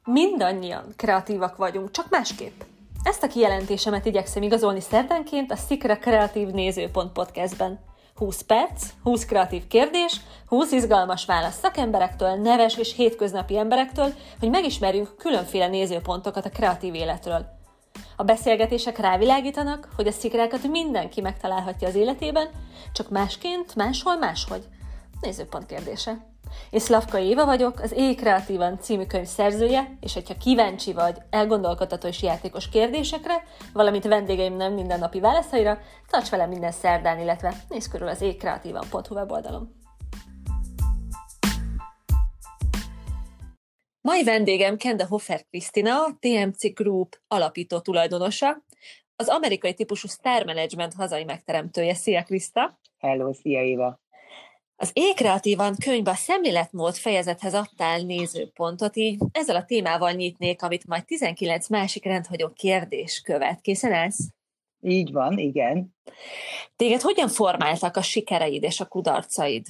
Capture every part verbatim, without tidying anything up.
Mindannyian kreatívak vagyunk, csak másképp. Ezt a kijelentésemet igyekszem igazolni szerdánként a Szikra Kreatív Nézőpont podcastben. húsz perc, húsz kreatív kérdés, húsz izgalmas válasz szakemberektől, neves és hétköznapi emberektől, hogy megismerjünk különféle nézőpontokat a kreatív életről. A beszélgetések rávilágítanak, hogy a szikrákat mindenki megtalálhatja az életében, csak másként, máshol, máshogy. Nézőpont kérdése. Én Szlavka Éva vagyok, az Élj Kreatívan című könyv szerzője, és hogyha kíváncsi vagy elgondolkodtató és játékos kérdésekre, valamint vendégeim nem mindennapi válaszaira, tarts velem minden szerdán, illetve nézz körül az élj kreatívan pont hu weboldalon. Mai vendégem Kende Hofer Krisztina, té em cé Group alapító tulajdonosa, az amerikai típusú Star Management hazai megteremtője. Szia, Kriszta! Hello, szia, Éva! Az Élj Kreatívan könyvben a szemléletmód fejezethez adtál nézőpontot, így ezzel a témával nyitnék, amit majd tizenkilenc másik rendhagyó kérdés követ. Készen állsz? Így van, igen. Téged hogyan formáltak a sikereid és a kudarcaid?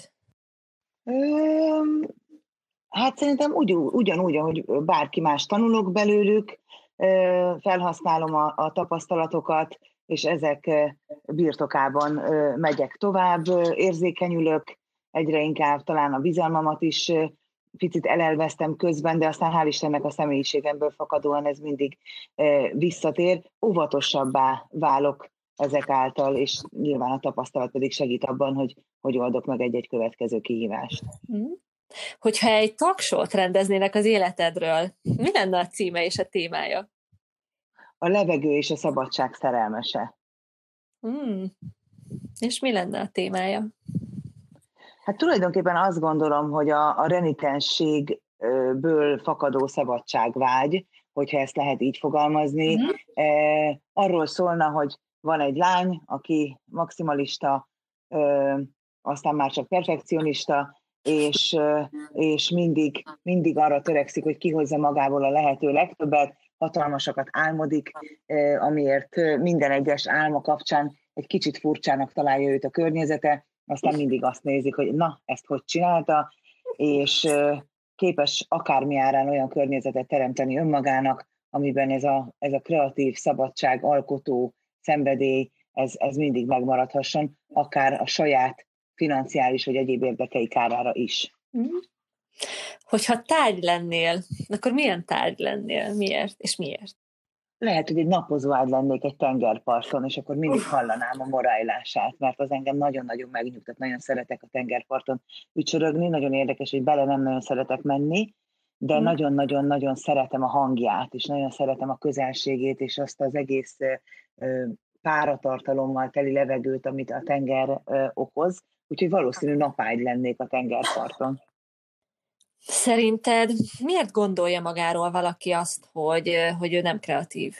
Öm, hát szerintem ugy, ugyanúgy, ahogy bárki más, tanulok belőlük, felhasználom a, a tapasztalatokat, és ezek birtokában megyek tovább, érzékenyülök, egyre inkább talán a bizalmamat is picit elelveztem közben, de aztán hál' Istennek a személyiségemből fakadóan ez mindig visszatér. Óvatosabbá válok ezek által, és nyilván a tapasztalat pedig segít abban, hogy, hogy oldok meg egy-egy következő kihívást. Hogyha egy talkshow-t rendeznének az életedről, mi lenne a címe és a témája? A levegő és a szabadság szerelmese. Hmm. És mi lenne a témája? Hát tulajdonképpen azt gondolom, hogy a, a renitensségből fakadó szabadságvágy, hogyha ezt lehet így fogalmazni, mm. eh, arról szólna, hogy van egy lány, aki maximalista, eh, aztán már csak perfekcionista, és, eh, és mindig, mindig arra törekszik, hogy kihozza magából a lehető legtöbbet, hatalmasakat álmodik, eh, amiért minden egyes álma kapcsán egy kicsit furcsának találja őt a környezete, aztán mindig azt nézik, hogy na, ezt hogy csinálta, és képes akármi árán olyan környezetet teremteni önmagának, amiben ez a, ez a kreatív szabadság, alkotó szenvedély, ez, ez mindig megmaradhasson, akár a saját financiális vagy egyéb érdekei kárára is. Hogyha tárgy lennél, akkor milyen tárgy lennél? Miért? És miért? Lehet, hogy egy napozóágy lennék egy tengerparton, és akkor mindig hallanám a morajlását, mert az engem nagyon-nagyon megnyugtat, nagyon szeretek a tengerparton ücsörögni, nagyon érdekes, hogy bele nem nagyon szeretek menni, de mm. nagyon-nagyon-nagyon szeretem a hangját, és nagyon szeretem a közelségét, és azt az egész ö, páratartalommal teli levegőt, amit a tenger ö, okoz, úgyhogy valószínű napágy lennék a tengerparton. Szerinted miért gondolja magáról valaki azt, hogy, hogy ő nem kreatív?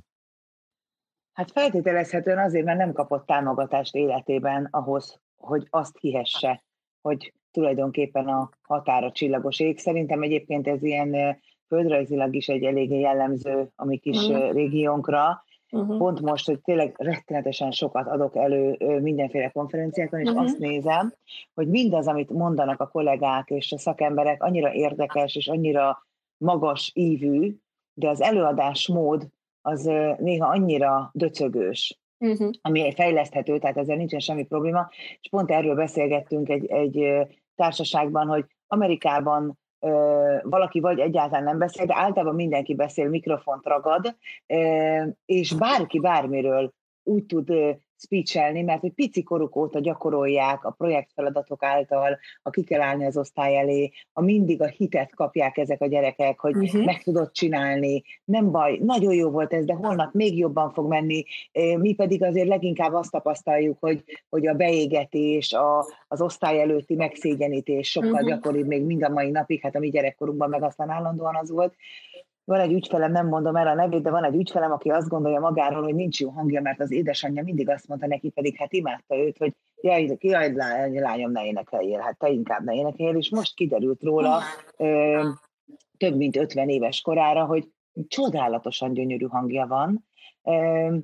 Hát feltételezhetően azért, mert nem kapott támogatást életében ahhoz, hogy azt hihesse, hogy tulajdonképpen a határa csillagos ég. Szerintem egyébként ez ilyen földrajzilag is egy eléggé jellemző a mi kis uh-huh. régiónkra. Uh-huh. Pont most, hogy tényleg rettenetesen sokat adok elő mindenféle konferenciákon, és uh-huh. azt nézem, hogy mindaz, amit mondanak a kollégák és a szakemberek, annyira érdekes és annyira magas ívű, de az előadásmód az néha annyira döcögős, uh-huh. ami fejleszthető, tehát ezzel nincsen semmi probléma. És pont erről beszélgettünk egy, egy társaságban, hogy Amerikában valaki vagy egyáltalán nem beszél, de általában mindenki beszél, mikrofont ragad, és bárki bármiről úgy tud speechelni, mert hogy pici koruk óta gyakorolják a projektfeladatok által, a ki kell állni az osztály elé, a mindig a hitet kapják ezek a gyerekek, hogy uh-huh. meg tudod csinálni, nem baj, nagyon jó volt ez, de holnap még jobban fog menni, mi pedig azért leginkább azt tapasztaljuk, hogy, hogy a beégetés, a, az osztály előtti megszégyenítés sokkal uh-huh. gyakoribb még mind a mai napig, hát a mi gyerekkorunkban meg aztán állandóan az volt. Van egy ügyfelem, nem mondom el a nevét, de van egy ügyfelem, aki azt gondolja magáról, hogy nincs jó hangja, mert az édesanyja mindig azt mondta neki, pedig hát imádta őt, hogy jaj, jaj lányom, ne énekeljél, hát te inkább ne énekeljél, és most kiderült róla ö, több mint ötven éves korára, hogy csodálatosan gyönyörű hangja van, ö,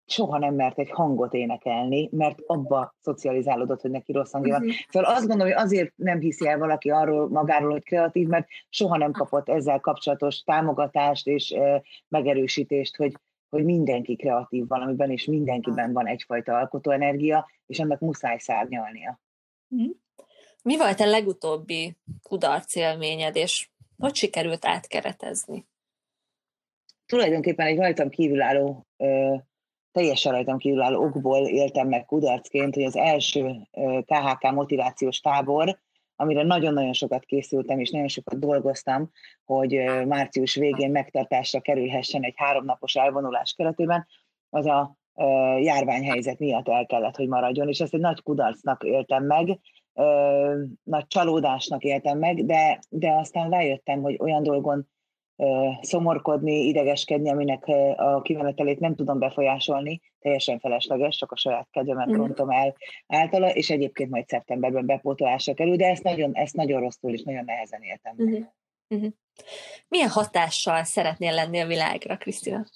soha nem mert egy hangot énekelni, mert abba szocializálódott, hogy neki rossz hangja van. Uh-huh. Szóval azt gondolom, hogy azért nem hiszi el valaki arról magáról, hogy kreatív, mert soha nem kapott ezzel kapcsolatos támogatást és uh, megerősítést, hogy, hogy mindenki kreatív valamiben, és mindenkiben van egyfajta alkotóenergia, és annak muszáj szárnyalnia. Uh-huh. Mi volt a legutóbbi kudarc élményed, és hogy sikerült átkeretezni? Tulajdonképpen egy rajtam kívülálló, teljesen rajtam kívülálló okból éltem meg kudarcként, hogy az első ká há ká motivációs tábor, amire nagyon-nagyon sokat készültem, és nagyon sokat dolgoztam, hogy március végén megtartásra kerülhessen egy háromnapos elvonulás keretében, az a járványhelyzet miatt el kellett, hogy maradjon, és ezt egy nagy kudarcnak éltem meg, nagy csalódásnak éltem meg, de, de aztán rájöttem, hogy olyan dolgon szomorkodni, idegeskedni, aminek a kimenetelét nem tudom befolyásolni, teljesen felesleges, csak a saját kedvemet rontom el általa, és egyébként majd szeptemberben bepótolásra kerül, de ezt nagyon, ezt nagyon rosszul és nagyon nehezen éltem. Uh-huh. Uh-huh. Milyen hatással szeretnél lenni a világra, Krisztina?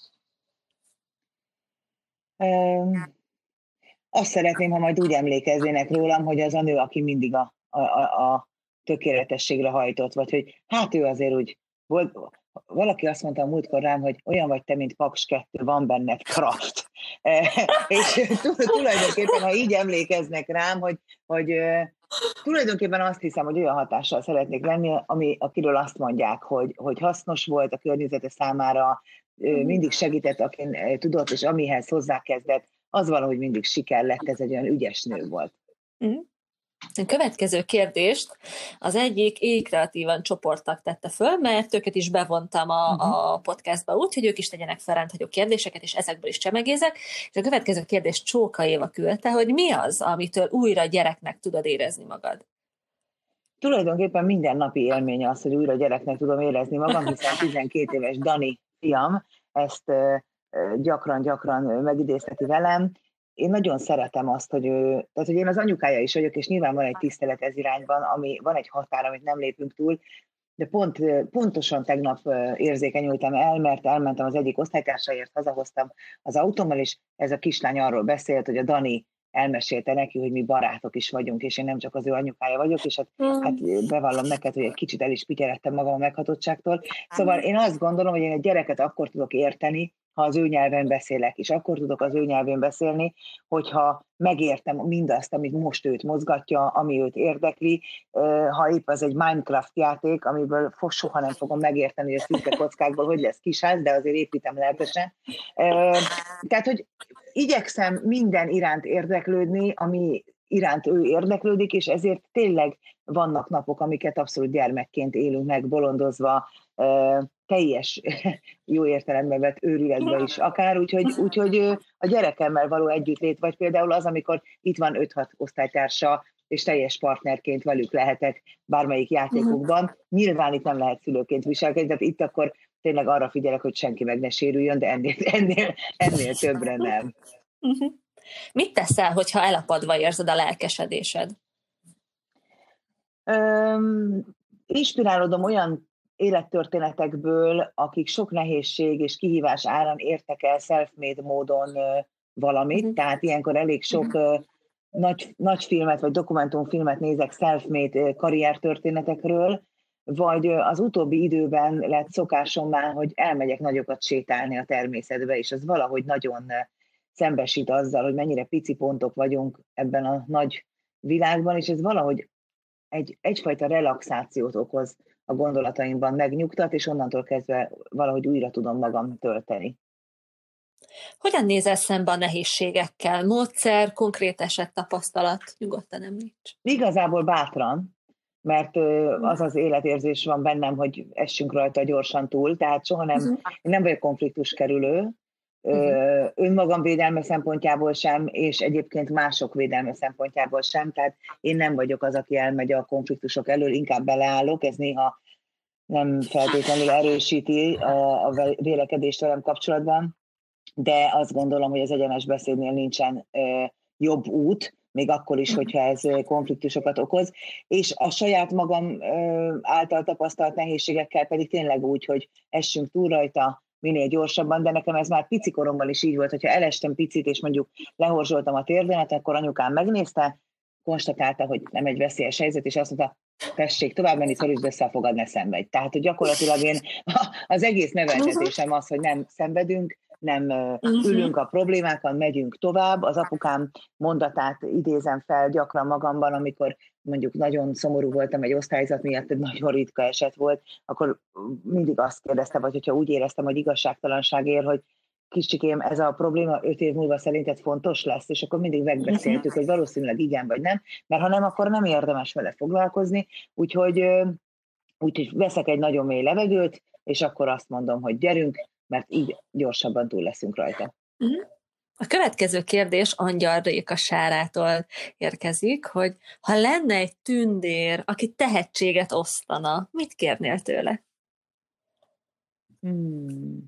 Um, azt szeretném, ha majd úgy emlékeznének rólam, hogy az a nő, aki mindig a, a, a, a tökéletességre hajtott, vagy hogy hát ő azért úgy volt. Valaki azt mondta a múltkor rám, hogy olyan vagy te, mint Paks kettő, van benned kraft. És tulajdonképpen, ha így emlékeznek rám, hogy, hogy tulajdonképpen azt hiszem, hogy olyan hatással szeretnék lenni, ami, akiről azt mondják, hogy, hogy hasznos volt a környezete számára, mindig segített, akin tudott, és amihez hozzákezdett, az valahogy mindig siker lett, ez egy olyan ügyes nő volt. Mm. A következő kérdést az egyik éjkreatívan csoportnak tette föl, mert őket is bevontam a, a podcastba úgy, hogy ők is tegyenek fel rendhagyó kérdéseket, és ezekből is csemegézek. És a következő kérdést Csóka Éva küldte, hogy mi az, amitől újra gyereknek tudod érezni magad? Tulajdonképpen mindennapi élmény az, hogy újra gyereknek tudom érezni magam, hiszen tizenkét éves Dani fiam ezt gyakran-gyakran megidézteti velem. Én nagyon szeretem azt, hogy ő, tehát hogy én az anyukája is vagyok, és nyilván van egy tisztelet ez irányban, ami van egy határ, amit nem lépünk túl, de pont, pontosan tegnap érzékenyültem el, mert elmentem az egyik osztálytársaért, hazahoztam az autómmal, és ez a kislány arról beszélt, hogy a Dani elmesélte neki, hogy mi barátok is vagyunk, és én nem csak az ő anyukája vagyok, és hát, mm. hát bevallom neked, hogy egy kicsit el is pityeredtem magam a meghatottságtól. Szóval én azt gondolom, hogy én egy gyereket akkor tudok érteni, ha az ő nyelven beszélek, és akkor tudok az ő nyelvén beszélni, hogyha megértem mindazt, amit most őt mozgatja, ami őt érdekli, ha épp az egy Minecraft játék, amiből soha nem fogom megérteni, hogy a szürke kockákból hogy lesz kisház, de azért építem lelkesen. Tehát, hogy igyekszem minden iránt érdeklődni, ami iránt ő érdeklődik, és ezért tényleg vannak napok, amiket abszolút gyermekként élünk meg, bolondozva, teljes jó értelemben vett őrületbe is akár, úgyhogy, úgyhogy a gyerekemmel való együttlét, vagy például az, amikor itt van öt-hat osztálytársa, és teljes partnerként velük lehetek bármelyik játékokban. Nyilván itt nem lehet szülőként viselkedni, tehát itt akkor tényleg arra figyelek, hogy senki meg ne sérüljön, de ennél, ennél, ennél többre nem. Uh-huh. Mit teszel, hogyha elapadva érzed a lelkesedésed? Um, inspirálódom olyan élettörténetekből, akik sok nehézség és kihívás árán értek el self-made módon uh, valamit, uh-huh. tehát ilyenkor elég sok uh, nagy, nagy filmet vagy dokumentumfilmet nézek self-made uh, karriertörténetekről, vagy uh, az utóbbi időben lett szokásom már, hogy elmegyek nagyokat sétálni a természetbe, és az valahogy nagyon uh, szembesít azzal, hogy mennyire pici pontok vagyunk ebben a nagy világban, és ez valahogy egy, egyfajta relaxációt okoz a gondolataimban, megnyugtat, és onnantól kezdve valahogy újra tudom magam tölteni. Hogyan nézel szembe a nehézségekkel? Módszer, konkrét eset, tapasztalat? Nyugodtan említs. Igazából bátran, mert az az életérzés van bennem, hogy essünk rajta gyorsan túl, tehát soha nem, uh-huh. én nem vagyok konfliktuskerülő, uh-huh. önmagam védelme szempontjából sem, és egyébként mások védelme szempontjából sem, tehát én nem vagyok az, aki elmegy a konfliktusok elől, inkább beleállok, ez néha nem feltétlenül erősíti a, a vélekedést velem kapcsolatban, de azt gondolom, hogy az egyenes beszédnél nincsen ö, jobb út, még akkor is, hogyha ez konfliktusokat okoz, és a saját magam ö, által tapasztalt nehézségekkel pedig tényleg úgy, hogy essünk túl rajta, minél gyorsabban, de nekem ez már pici koromban is így volt, hogyha elestem picit, és mondjuk lehorzsoltam a térdemet, akkor anyukám megnézte, konstatálta, hogy nem egy veszélyes helyzet, és azt mondta, tessék tovább menni, szorítsd össze a fogad, ne szenvedj. Tehát, hogy gyakorlatilag én az egész neveltetésem az, hogy nem szenvedünk, nem ülünk a problémákon, megyünk tovább. Az apukám mondatát idézem fel gyakran magamban, amikor mondjuk nagyon szomorú voltam egy osztályzat miatt, egy nagyon ritka eset volt, akkor mindig azt kérdezte, vagy hogyha úgy éreztem, hogy igazságtalanság ér, hogy kicsikém, ez a probléma öt év múlva szerinted fontos lesz, és akkor mindig megbeszéltük, hogy valószínűleg igen vagy nem, mert ha nem, akkor nem érdemes vele foglalkozni, úgyhogy, úgyhogy veszek egy nagyon mély levegőt, és akkor azt mondom, hogy gyerünk, mert így gyorsabban túl leszünk rajta. A következő kérdés Angyal Réka Sárától érkezik, hogy ha lenne egy tündér, aki tehetséget osztana, mit kérnél tőle? Hmm.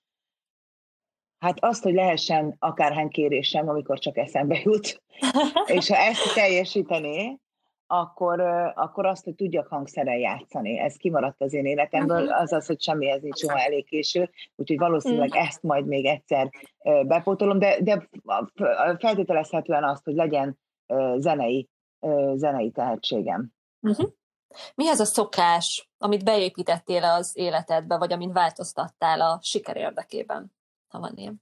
Hát azt, hogy lehessen akárhány kérésem, amikor csak eszembe jut, és ha ezt teljesítené, akkor, akkor azt, hogy tudjak hangszerrel játszani. Ez kimaradt az én életemből, azaz, hogy semmihez nincs soha elég késő, úgyhogy valószínűleg ezt majd még egyszer bepótolom, de, de feltételezhetően azt, hogy legyen zenei, zenei tehetségem. Uh-huh. Mi az a szokás, amit beépítettél az életedbe, vagy amin változtattál a siker érdekében, ha van ilyen?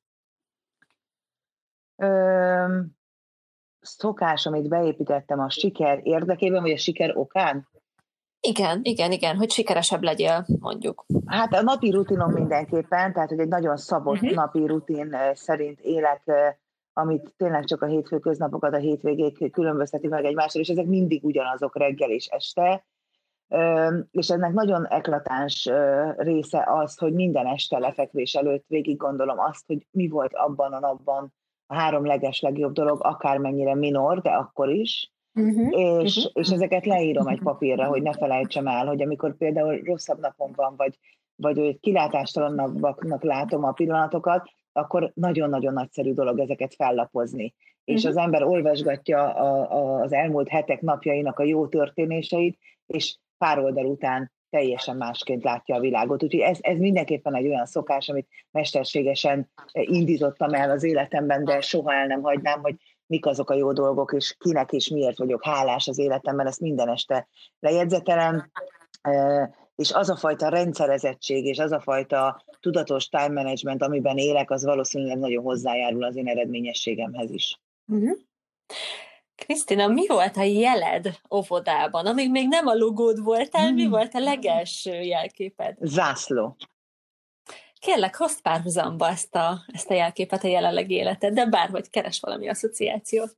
Ö, szokás, amit beépítettem a siker érdekében, vagy a siker okán? Igen, igen, igen, hogy sikeresebb legyél, mondjuk. Hát a napi rutinom mindenképpen, tehát hogy egy nagyon szabott uh-huh. napi rutin szerint élek, amit tényleg csak a hétfő köznapokat, a hétvégék különböztetik meg egymástól, és ezek mindig ugyanazok reggel és este. És ennek nagyon eklatáns része az, hogy minden este lefekvés előtt végig gondolom azt, hogy mi volt abban a napban a három leges legjobb dolog, akármennyire minor, de akkor is, uh-huh. és, uh-huh. és ezeket leírom egy papírra, hogy ne felejtsem el, hogy amikor például rosszabb napom van, vagy, vagy kilátástalannak látom a pillanatokat, akkor nagyon-nagyon nagyszerű dolog ezeket fellapozni. És uh-huh. az ember olvasgatja a, a, az elmúlt hetek napjainak a jó történéseit, és pár oldal után teljesen másként látja a világot. Úgyhogy ez, ez mindenképpen egy olyan szokás, amit mesterségesen indítottam el az életemben, de soha el nem hagynám, hogy mik azok a jó dolgok, és kinek és miért vagyok hálás az életemben, ezt minden este lejegyzetelem. És az a fajta rendszerezettség, és az a fajta tudatos time management, amiben élek, az valószínűleg nagyon hozzájárul az én eredményességemhez is. Uh-huh. Krisztina, mi volt a jeled óvodában? Amíg még nem a logód voltál, hmm. mi volt a legelső jelképed? Zászló. Kérlek, hozd párhuzamba ezt a, ezt a jelképet a jelenlegi életed, de bárhogy keres valami asszociációt.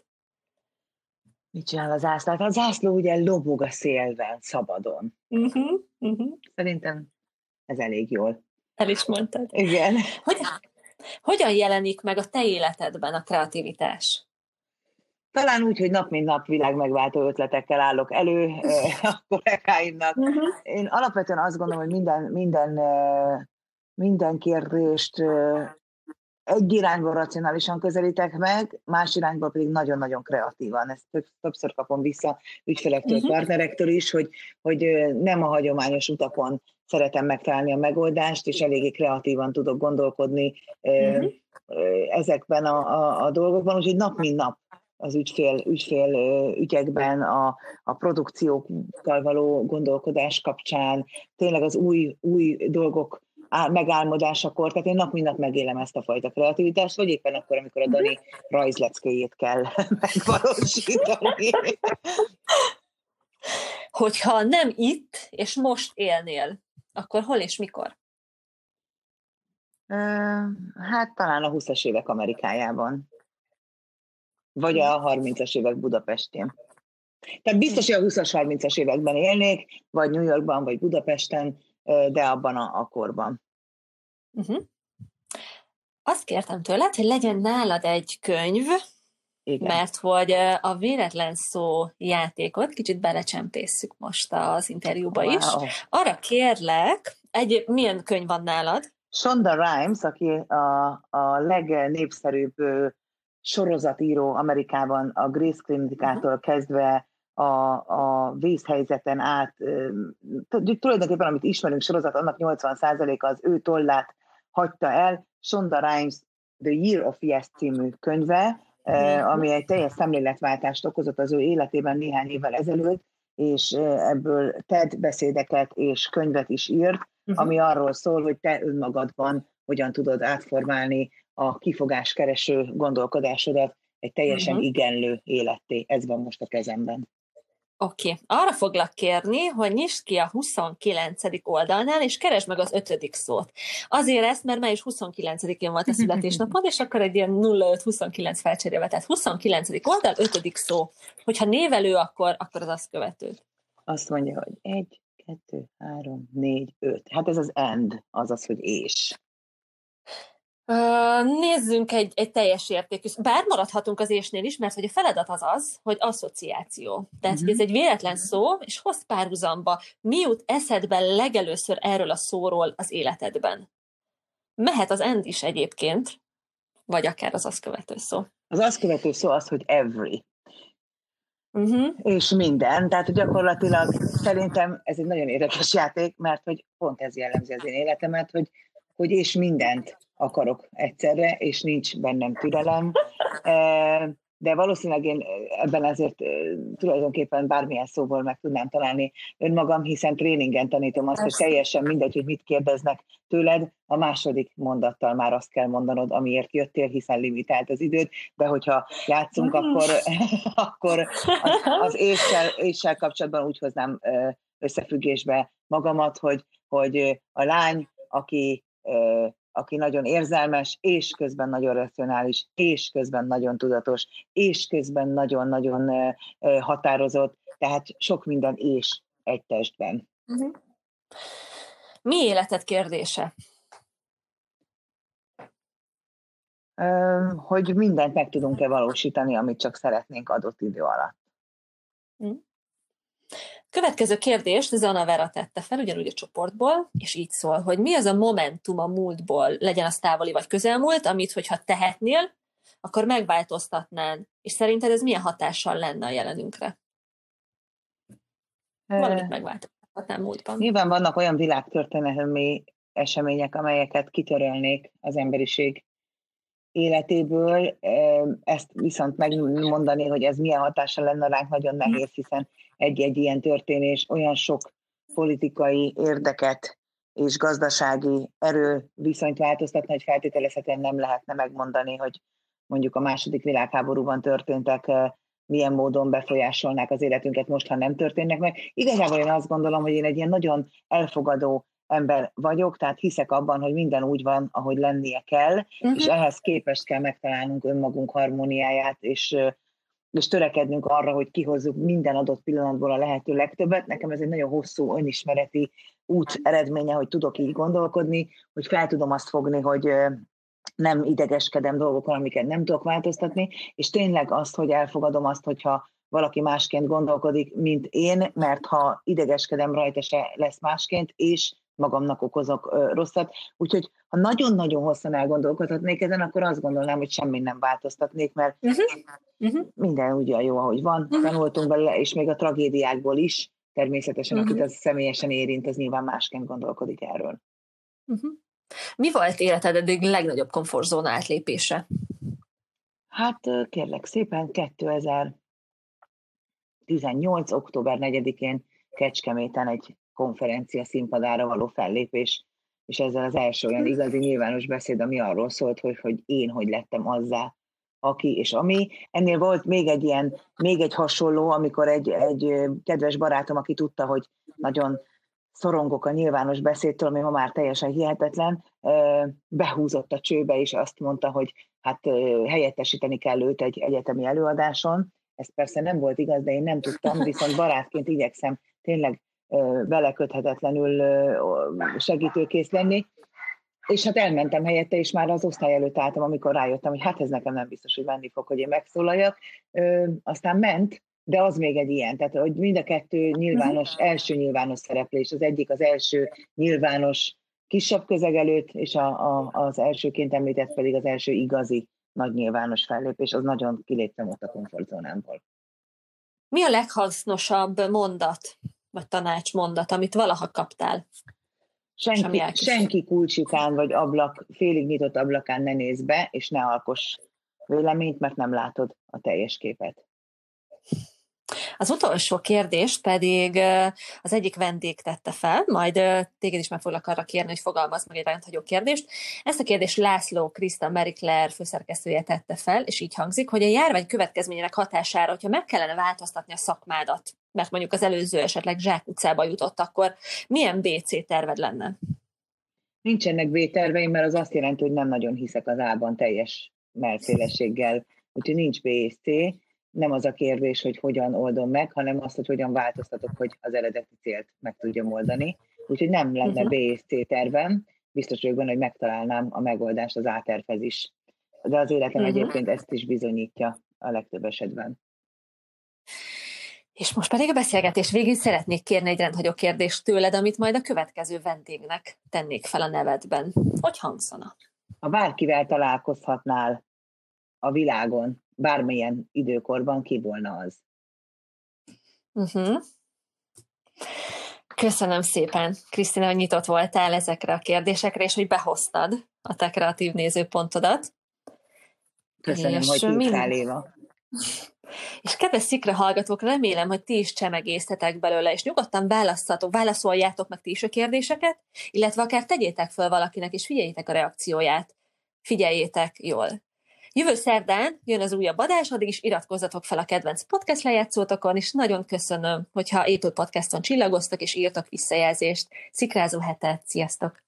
Mit csinál a zászló? A zászló ugye lobog a szélben, szabadon. Uh-huh, uh-huh. Szerintem ez elég jól. El is mondtad. Igen. Hogy, hogyan jelenik meg a te életedben a kreativitás? Talán úgy, hogy nap mint nap világ megváltó ötletekkel állok elő a kollégáimnak. Uh-huh. Én alapvetően azt gondolom, hogy minden, minden, minden kérdést egy irányból racionálisan közelítek meg, más irányból pedig nagyon-nagyon kreatívan. Ezt többször kapom vissza ügyfelektől, uh-huh. partnerektől is, hogy, hogy nem a hagyományos utakon szeretem megtalálni a megoldást, és eléggé kreatívan tudok gondolkodni uh-huh. ezekben a, a, a dolgokban, úgyhogy nap mint nap az ügyfél, ügyfél ügyekben, a, a produkciókkal való gondolkodás kapcsán, tényleg az új, új dolgok megálmodásakor, tehát én nap mint nap megélem ezt a fajta kreativitást, vagy éppen akkor, amikor a Dani rajzleckéjét kell megvalósítani. Hogyha nem itt, és most élnél, akkor hol és mikor? Hát talán a húszas évek Amerikájában. Vagy a harmincas évek Budapestjén. Tehát biztos, hogy a húszas, harmincas években élnék, vagy New Yorkban, vagy Budapesten, de abban a, a korban. Uh-huh. Azt kértem tőled, hogy legyen nálad egy könyv, igen. Mert hogy a véletlen szó játékot kicsit belecsempészük most az interjúba wow. is. Arra kérlek, egy, milyen könyv van nálad? Shonda Rhimes, aki a, a legnépszerűbb sorozatíró Amerikában, a Grace Klinikától uh-huh. kezdve a, a vészhelyzeten át, tulajdonképpen amit ismerünk sorozat, annak nyolcvan százaléka az ő tollát hagyta el. Shonda Rhimes The Year of Yes című könyve, ami egy teljes szemléletváltást okozott az ő életében néhány évvel ezelőtt, és ebből TED beszédeket és könyvet is írt, uh-huh. ami arról szól, hogy te önmagadban hogyan tudod átformálni a kifogáskereső gondolkodásodat egy teljesen uh-huh. igenlő életté. Ez van most a kezemben. Oké, okay. Arra foglak kérni, hogy nyisd ki a huszonkilencedik oldalnál, és keresd meg az ötödik szót. Azért ezt, mert május huszonkilencedikén volt a születésnapod, és akkor egy ilyen nulla öt huszonkilenc felcserélve, tehát huszonkilencedik oldal, ötödik szó. Hogyha névelő, akkor, akkor az azt követő. Azt mondja, hogy egy, kettő, három, négy, öt. Hát ez az end, azaz, hogy és. Uh, nézzünk egy, egy teljes értékű, bár maradhatunk az ésnél is, mert hogy a feladat az az, hogy asszociáció. Tehát uh-huh. ez egy véletlen szó, és hozd párhuzamba, mi jut eszedbe legelőször erről a szóról az életedben. Mehet az end is egyébként, vagy akár az azt követő szó. Az azt követő szó az, hogy every. Uh-huh. És minden. Tehát gyakorlatilag szerintem ez egy nagyon érdekes játék, mert hogy pont ez jellemzi az én életemet, hogy, hogy és mindent akarok egyszerre, és nincs bennem türelem. De valószínűleg én ebben azért tulajdonképpen bármilyen szóból meg tudnám találni önmagam, hiszen tréningen tanítom azt, hogy teljesen mindegy, hogy mit kérdeznek tőled, a második mondattal már azt kell mondanod, amiért jöttél, hiszen limitált az időd, de hogyha játszunk, akkor, akkor az, az éssel, éssel kapcsolatban úgy hoznám összefüggésbe magamat, hogy, hogy a lány, aki aki nagyon érzelmes, és közben nagyon racionális, és közben nagyon tudatos, és közben nagyon-nagyon határozott, tehát sok minden és egy testben. Uh-huh. Mi életed kérdése? Hogy mindent meg tudunk-e valósítani, amit csak szeretnénk adott idő alatt. Uh-huh. Következő kérdést Zana Vera tette fel, ugyanúgy a csoportból, és így szól, hogy mi az a momentum a múltból, legyen az távoli vagy közelmúlt, amit, hogyha tehetnél, akkor megváltoztatnán. És szerinted ez milyen hatással lenne a jelenünkre? Valamit megváltoztatnám múltban. Nyilván vannak olyan világtörténelmi események, amelyeket kitörölnék az emberiség életéből. Ezt viszont megmondani, hogy ez milyen hatással lenne ránk, nagyon nehéz, hiszen egy-egy ilyen történés olyan sok politikai érdeket és gazdasági erő viszonyt változtatna, hogy feltételezhetően nem lehetne megmondani, hogy mondjuk a második világháborúban történtek milyen módon befolyásolnák az életünket most, ha nem történnek meg. Igazából én azt gondolom, hogy én egy ilyen nagyon elfogadó ember vagyok, tehát hiszek abban, hogy minden úgy van, ahogy lennie kell, uh-huh. és ehhez képest kell megtalálnunk önmagunk harmóniáját, és, és törekednünk arra, hogy kihozzuk minden adott pillanatból a lehető legtöbbet. Nekem ez egy nagyon hosszú önismereti út eredménye, hogy tudok így gondolkodni, hogy fel tudom azt fogni, hogy nem idegeskedem dolgokon, amiket nem tudok változtatni, és tényleg azt, hogy elfogadom azt, hogyha valaki másként gondolkodik, mint én, mert ha idegeskedem rajta, se lesz másként, és magamnak okozok ö, rosszat. Úgyhogy ha nagyon-nagyon hosszan elgondolkodhatnék ezen, akkor azt gondolnám, hogy semmit nem változtatnék, mert uh-huh. Uh-huh. minden ugye jó, ahogy van. Uh-huh. Tanultunk belőle, és még a tragédiákból is, természetesen, uh-huh. akit az személyesen érint, az nyilván másként gondolkodik erről. Uh-huh. Mi volt életed eddig legnagyobb komfortzóna átlépése? Hát kérlek szépen, kétezer-tizennyolc. október negyedikén Kecskeméten egy konferencia színpadára való fellépés, és ezzel az első olyan igazi nyilvános beszéd, ami arról szólt, hogy, hogy én hogy lettem azzá, aki és ami. Ennél volt még egy ilyen, még egy hasonló, amikor egy, egy kedves barátom, aki tudta, hogy nagyon szorongok a nyilvános beszédtől, ami ma már teljesen hihetetlen, behúzott a csőbe, és azt mondta, hogy hát helyettesíteni kell őt egy egyetemi előadáson. Ez persze nem volt igaz, de én nem tudtam, viszont barátként igyekszem tényleg beleköthetetlenül segítőkész lenni. És hát elmentem helyette, és már az osztály előtt álltam, amikor rájöttem, hogy hát ez nekem nem biztos, hogy menni fog, hogy én megszólaljak. Aztán ment, de az még egy ilyen, tehát hogy mind a kettő nyilvános, első nyilvános szereplés, az egyik az első nyilvános kisebb közeg előtt, és a, a, az elsőként említett pedig az első igazi nagy nyilvános fellépés, az nagyon kiléptem ott a komfortzónámból. Mi a leghasznosabb mondat, vagy tanácsmondat, amit valaha kaptál? senki, senki kulcsikán vagy ablak, félig nyitott ablakán ne néz be, és ne alkoss véleményt, mert nem látod a teljes képet. Az utolsó kérdést pedig az egyik vendég tette fel, majd téged is meg foglak arra kérni, hogy fogalmazz meg egy rendhagyó kérdést. Ezt a kérdést László Kriszta Marie Claire főszerkesztője tette fel, és így hangzik, hogy a járvány következményének hatására, hogyha meg kellene változtatni a szakmádat, mert mondjuk az előző esetleg zsákutcába jutott, akkor milyen bé cé terved lenne? Nincsenek B-terveim, mert az azt jelenti, hogy nem nagyon hiszek az A-ban teljes mellszélességgel, úgyhogy nincs B és C. Nem az a kérdés, hogy hogyan oldom meg, hanem azt, hogy hogyan változtatok, hogy az eredeti célt meg tudjam oldani. Úgyhogy nem lenne uh-huh. B és C tervem, biztos vagyok benne, hogy megtalálnám a megoldást az A tervhez is. De az életem uh-huh. egyébként ezt is bizonyítja a legtöbb esetben. És most pedig a beszélgetés végén szeretnék kérni egy rendhagyó kérdést tőled, amit majd a következő vendégnek tennék fel a nevedben. Hogy hangzana? Ha bárkivel találkozhatnál a világon, bármilyen időkorban, ki volna az? Uh-huh. Köszönöm szépen, Krisztina, hogy nyitott voltál ezekre a kérdésekre, és hogy behoztad a te kreatív nézőpontodat. Köszönöm, és hogy hívtál, Éva. És kedves Szikra hallgatók, remélem, hogy ti is csemegésztetek belőle, és nyugodtan választhatok, válaszoljátok meg ti is a kérdéseket, illetve akár tegyétek fel valakinek, és figyeljétek a reakcióját. Figyeljétek jól. Jövő szerdán jön az újabb adás, addig is iratkozzatok fel a kedvenc podcast lejátszótokon, és nagyon köszönöm, hogyha Apple Podcaston csillagoztak, és írtak visszajelzést. Szikrázó hetet, sziasztok!